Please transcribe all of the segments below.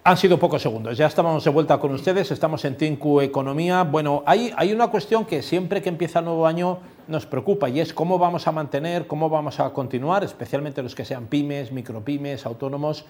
Han sido pocos segundos, ya estamos de vuelta con ustedes, estamos en Tinku Economía. Bueno, hay una cuestión que siempre que empieza el nuevo año nos preocupa y es cómo vamos a mantener, cómo vamos a continuar, especialmente los que sean pymes, micropymes, autónomos,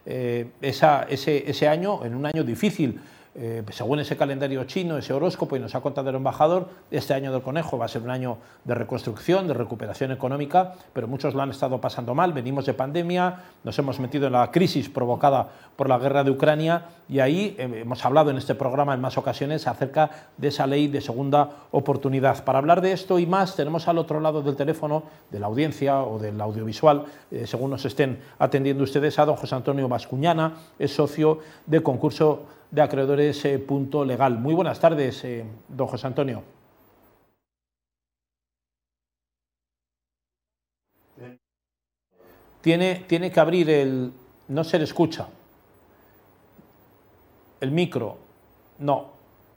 ese año, en un año difícil. Según ese calendario chino, ese horóscopo, y nos ha contado el embajador, este año del conejo va a ser un año de reconstrucción, de recuperación económica, pero muchos lo han estado pasando mal. Venimos de pandemia, nos hemos metido en la crisis provocada por la guerra de Ucrania y ahí hemos hablado en este programa en más ocasiones acerca de esa ley de segunda oportunidad. Para hablar de esto y más tenemos al otro lado del teléfono, de la audiencia o del audiovisual, según nos estén atendiendo ustedes, a don José Antonio Bascuñana, es socio de concurso de acreedores Punto Legal. Muy buenas tardes, don José Antonio. Tiene que abrir el... No se le escucha. El micro. No.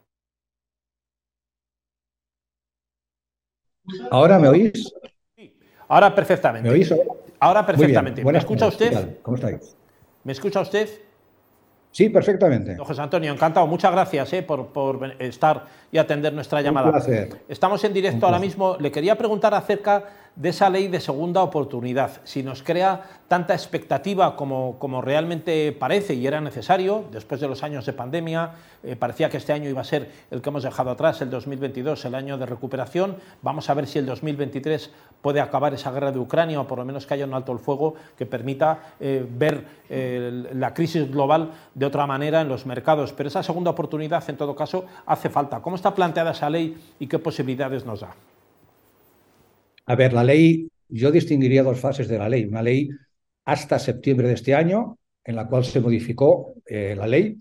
¿Ahora me oís? Sí, ahora perfectamente. ¿Me oís? Ahora perfectamente. Muy bien. ¿Me escucha Tardes. ¿Qué usted? tal? ¿Cómo estáis? ¿Me escucha usted? Sí, perfectamente. Don José Antonio, encantado. Muchas gracias por estar y atender nuestra llamada. Un placer. Estamos en directo ahora mismo. Le quería preguntar acerca de esa ley de segunda oportunidad. Si nos crea tanta expectativa como realmente parece y era necesario, después de los años de pandemia, parecía que este año iba a ser el que hemos dejado atrás, el 2022, el año de recuperación. Vamos a ver si el 2023 puede acabar esa guerra de Ucrania o por lo menos que haya un alto el fuego que permita ver la crisis global de otra manera en los mercados. Pero esa segunda oportunidad, en todo caso, hace falta. ¿Cómo está planteada esa ley y qué posibilidades nos da? A ver, la ley, yo distinguiría dos fases de la ley. Una ley hasta septiembre de este año, en la cual se modificó la ley.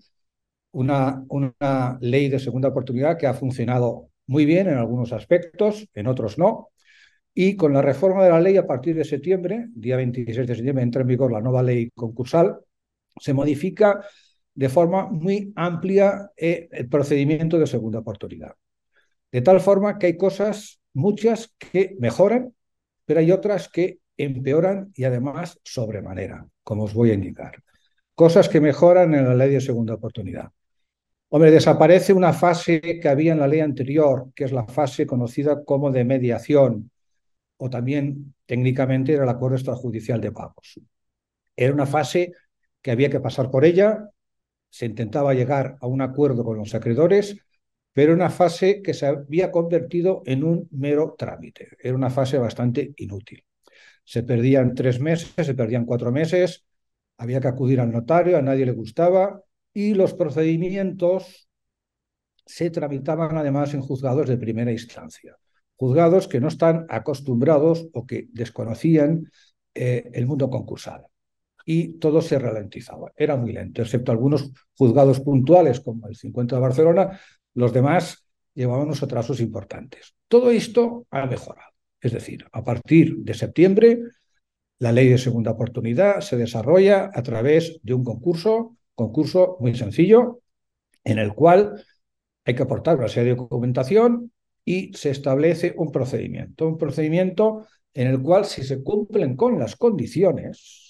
Una ley de segunda oportunidad que ha funcionado muy bien en algunos aspectos, en otros no. Y con la reforma de la ley, a partir de septiembre, día 26 de septiembre, entra en vigor la nueva ley concursal, se modifica de forma muy amplia el procedimiento de segunda oportunidad. De tal forma que hay cosas, muchas, que mejoran, pero hay otras que empeoran y además sobremanera, como os voy a indicar. Cosas que mejoran en la ley de segunda oportunidad. Hombre, desaparece una fase que había en la ley anterior, que es la fase conocida como de mediación, o también técnicamente era el acuerdo extrajudicial de pagos. Era una fase que había que pasar por ella, se intentaba llegar a un acuerdo con los acreedores, pero una fase que se había convertido en un mero trámite. Era una fase bastante inútil. Se perdían 3 meses, se perdían 4 meses, había que acudir al notario, a nadie le gustaba, y los procedimientos se tramitaban además en juzgados de primera instancia. Juzgados que no están acostumbrados o que desconocían el mundo concursal. Y todo se ralentizaba. Era muy lento, excepto algunos juzgados puntuales, como el 50 de Barcelona, los demás llevaban unos atrasos importantes. Todo esto ha mejorado. Es decir, a partir de septiembre, la ley de segunda oportunidad se desarrolla a través de un concurso muy sencillo, en el cual hay que aportar una serie de documentación y se establece un procedimiento en el cual, si se cumplen con las condiciones,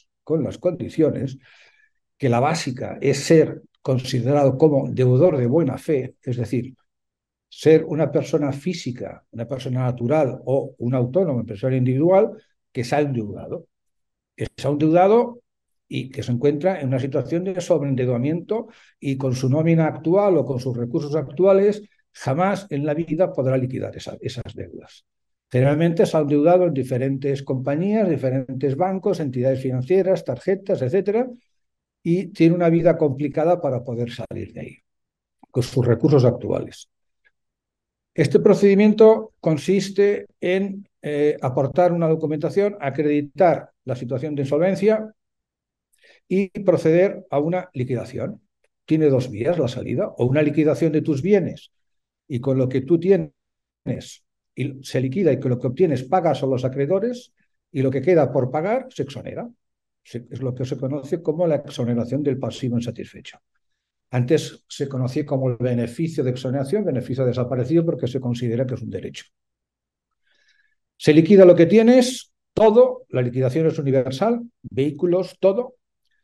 que la básica es ser considerado como deudor de buena fe, es decir, ser una persona física, una persona natural o un autónomo, empresario individual que se ha endeudado. Se ha endeudado y que se encuentra en una situación de sobreendeudamiento y con su nómina actual o con sus recursos actuales jamás en la vida podrá liquidar esas deudas. Generalmente se ha endeudado en diferentes compañías, diferentes bancos, entidades financieras, tarjetas, etcétera, y tiene una vida complicada para poder salir de ahí, con sus recursos actuales. Este procedimiento consiste en aportar una documentación, acreditar la situación de insolvencia y proceder a una liquidación. Tiene dos vías la salida, o una liquidación de tus bienes y con lo que tú tienes y se liquida y con lo que obtienes pagas a los acreedores y lo que queda por pagar se exonera. Es lo que se conoce como la exoneración del pasivo insatisfecho. Antes se conocía como el beneficio de exoneración, beneficio desaparecido porque se considera que es un derecho. Se liquida lo que tienes, todo, la liquidación es universal, vehículos, todo,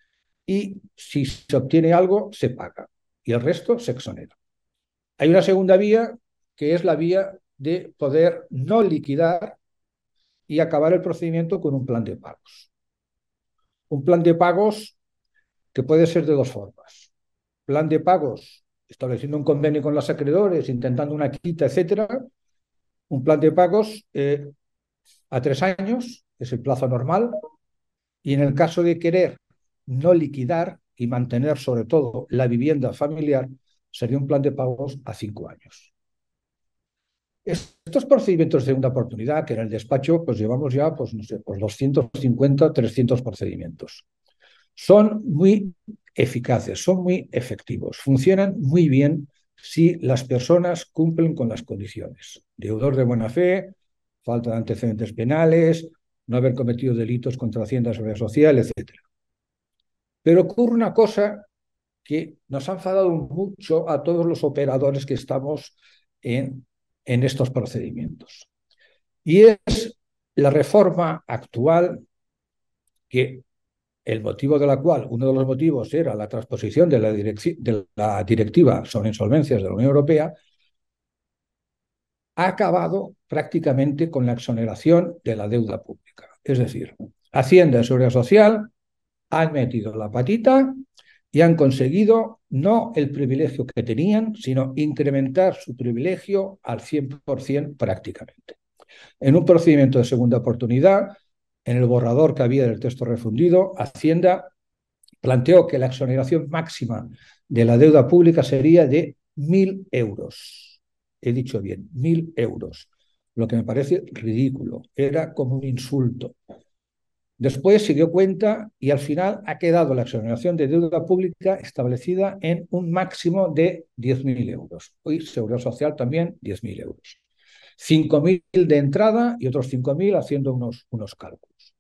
y si se obtiene algo, se paga y el resto se exonera. Hay una segunda vía, que es la vía de poder no liquidar y acabar el procedimiento con un plan de pagos. Un plan de pagos que puede ser de dos formas. Plan de pagos estableciendo un convenio con los acreedores, intentando una quita, etcétera. Un plan de pagos a 3 años, es el plazo normal, y en el caso de querer no liquidar y mantener sobre todo la vivienda familiar, sería un plan de pagos a 5 años. Estos procedimientos de segunda oportunidad, que en el despacho pues llevamos ya, pues no sé, pues 250, 300 procedimientos. Son muy eficaces, son muy efectivos, funcionan muy bien si las personas cumplen con las condiciones. Deudor de buena fe, falta de antecedentes penales, no haber cometido delitos contra Hacienda, Seguridad Social, etc. Pero ocurre una cosa que nos ha enfadado mucho a todos los operadores que estamos en estos procedimientos. Y es la reforma actual, que el motivo de la cual, uno de los motivos era la transposición de la directiva sobre insolvencias de la Unión Europea, ha acabado prácticamente con la exoneración de la deuda pública. Es decir, Hacienda y Seguridad Social han metido la patita y han conseguido no el privilegio que tenían, sino incrementar su privilegio al 100% prácticamente. En un procedimiento de segunda oportunidad, en el borrador que había del texto refundido, Hacienda planteó que la exoneración máxima de la deuda pública sería de 1.000 euros. He dicho bien, 1.000 euros, lo que me parece ridículo, era como un insulto. Después se dio cuenta y al final ha quedado la exoneración de deuda pública establecida en un máximo de 10.000 euros. Hoy Seguridad Social también 10.000 euros. 5.000 de entrada y otros 5.000 haciendo unos cálculos.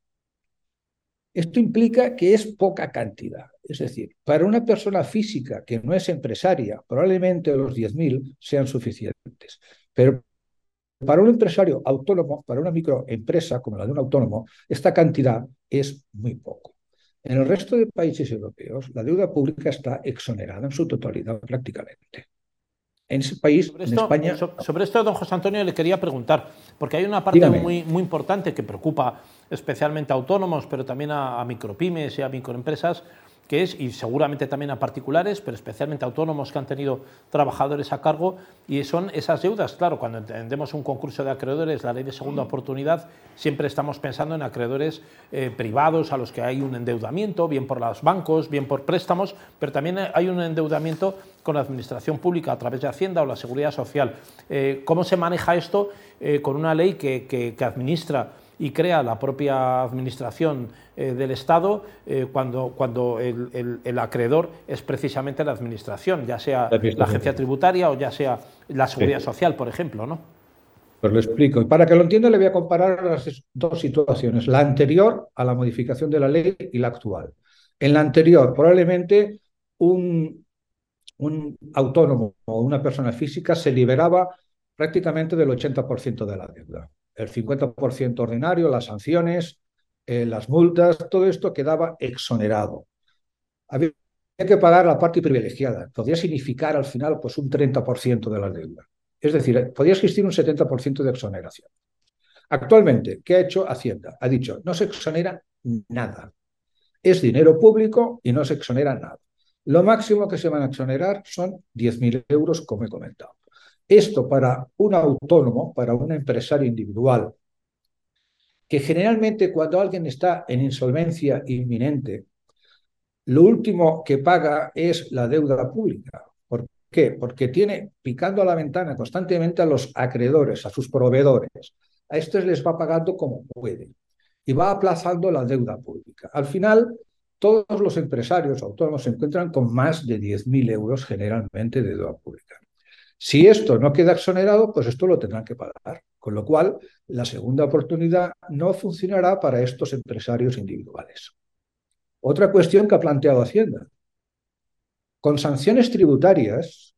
Esto implica que es poca cantidad. Es decir, para una persona física que no es empresaria, probablemente los 10.000 sean suficientes. Pero para un empresario autónomo, para una microempresa como la de un autónomo, esta cantidad es muy poco. En el resto de países europeos, la deuda pública está exonerada en su totalidad prácticamente. En ese país, en España... Sobre esto, don José Antonio, le quería preguntar, porque hay una parte muy importante que preocupa especialmente a autónomos, pero también a micropymes y a microempresas, que es, y seguramente también a particulares, pero especialmente a autónomos que han tenido trabajadores a cargo, y son esas deudas. Claro, cuando entendemos un concurso de acreedores, la ley de segunda oportunidad, siempre estamos pensando en acreedores privados a los que hay un endeudamiento, bien por los bancos, bien por préstamos, pero también hay un endeudamiento con la administración pública a través de Hacienda o la Seguridad Social. ¿Cómo se maneja esto con una ley que administra y crea la propia administración del Estado cuando el acreedor es precisamente la administración, ya sea la agencia tributaria o ya sea la Seguridad Social, por ejemplo, ¿no? Pues lo explico. Y para que lo entienda le voy a comparar las dos situaciones, la anterior a la modificación de la ley y la actual. En la anterior, probablemente un autónomo o una persona física se liberaba prácticamente del 80% de la deuda. El 50% ordinario, las sanciones, las multas, todo esto quedaba exonerado. Había que pagar la parte privilegiada. Podría significar al final pues, un 30% de la deuda. Es decir, podría existir un 70% de exoneración. Actualmente, ¿qué ha hecho Hacienda? Ha dicho, no se exonera nada. Es dinero público y no se exonera nada. Lo máximo que se van a exonerar son 10.000 euros, como he comentado. Esto para un autónomo, para un empresario individual, que generalmente cuando alguien está en insolvencia inminente, lo último que paga es la deuda pública. ¿Por qué? Porque tiene picando a la ventana constantemente a los acreedores, a sus proveedores. A estos les va pagando como puede y va aplazando la deuda pública. Al final, todos los empresarios autónomos se encuentran con más de 10.000 euros generalmente de deuda pública. Si esto no queda exonerado, pues esto lo tendrán que pagar. Con lo cual, la segunda oportunidad no funcionará para estos empresarios individuales. Otra cuestión que ha planteado Hacienda. Con sanciones tributarias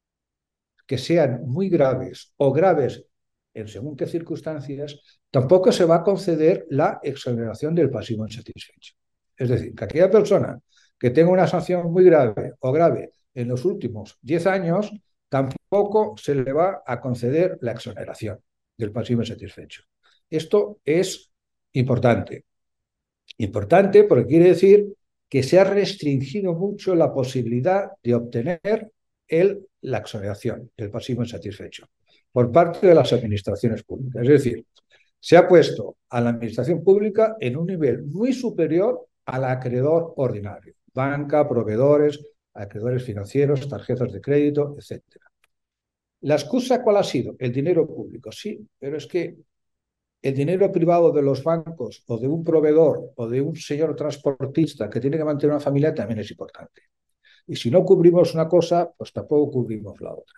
que sean muy graves o graves en según qué circunstancias, tampoco se va a conceder la exoneración del pasivo insatisfecho. Es decir, que aquella persona que tenga una sanción muy grave o grave en los últimos 10 años, tampoco se le va a conceder la exoneración del pasivo insatisfecho. Esto es importante. Importante porque quiere decir que se ha restringido mucho la posibilidad de obtener la exoneración del pasivo insatisfecho por parte de las administraciones públicas. Es decir, se ha puesto a la administración pública en un nivel muy superior al acreedor ordinario, banca, proveedores, acreedores financieros, tarjetas de crédito, etc. ¿La excusa cuál ha sido? El dinero público, sí, pero es que el dinero privado de los bancos o de un proveedor o de un señor transportista que tiene que mantener una familia también es importante. Y si no cubrimos una cosa, pues tampoco cubrimos la otra.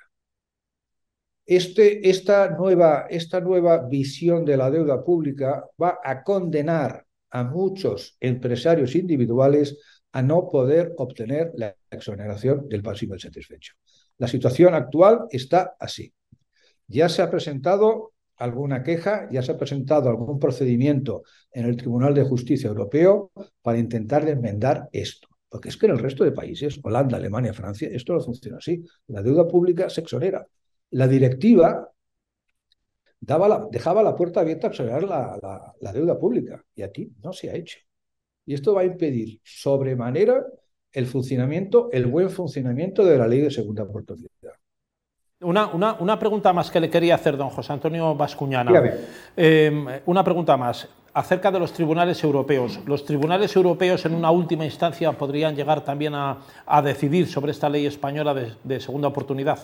Esta nueva visión de la deuda pública va a condenar a muchos empresarios individuales a no poder obtener la exoneración del pasivo insatisfecho. La situación actual está así. Ya se ha presentado alguna queja, ya se ha presentado algún procedimiento en el Tribunal de Justicia Europeo para intentar enmendar esto. Porque es que en el resto de países, Holanda, Alemania, Francia, esto no funciona así. La deuda pública se exonera. La directiva dejaba la puerta abierta a exonerar la deuda pública y aquí no se ha hecho. Y esto va a impedir sobremanera el buen funcionamiento de la ley de segunda oportunidad. Una pregunta más que le quería hacer, don José Antonio Bascuñana. Una pregunta más acerca de los tribunales europeos. ¿Los tribunales europeos en una última instancia podrían llegar también a decidir sobre esta ley española de segunda oportunidad?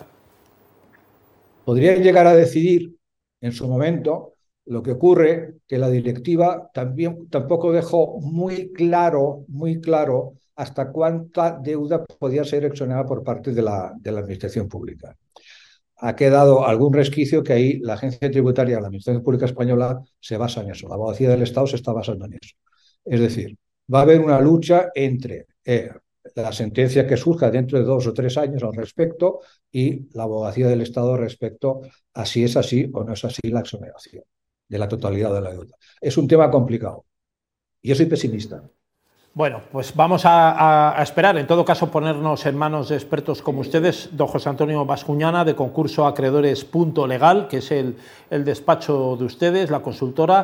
Podrían llegar a decidir en su momento. Lo que ocurre que la directiva tampoco dejó muy claro hasta cuánta deuda podía ser exonerada por parte de la administración pública. Ha quedado algún resquicio que ahí la agencia tributaria de la Administración Pública Española se basa en eso. La abogacía del Estado se está basando en eso. Es decir, va a haber una lucha entre la sentencia que surja dentro de 2 o 3 años al respecto y la abogacía del Estado respecto a si es así o no es así la exoneración de la totalidad de la deuda. Es un tema complicado. Yo soy pesimista. Bueno, pues vamos a esperar, en todo caso, ponernos en manos de expertos como ustedes, don José Antonio Bascuñana, de Concurso Acreedores Punto Legal, que es el despacho de ustedes, la consultora.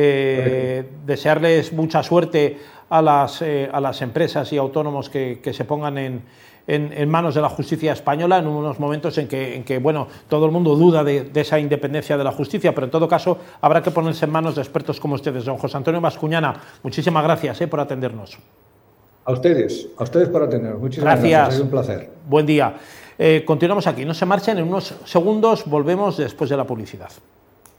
Desearles mucha suerte a las empresas y autónomos que se pongan en manos de la justicia española en unos momentos en que bueno, todo el mundo duda de esa independencia de la justicia, pero en todo caso habrá que ponerse en manos de expertos como ustedes. Don José Antonio Bascuñana, muchísimas gracias por atendernos. A ustedes por atendernos. Muchísimas gracias. Ha sido un placer. Buen día. Continuamos aquí, no se marchen, en unos segundos volvemos después de la publicidad.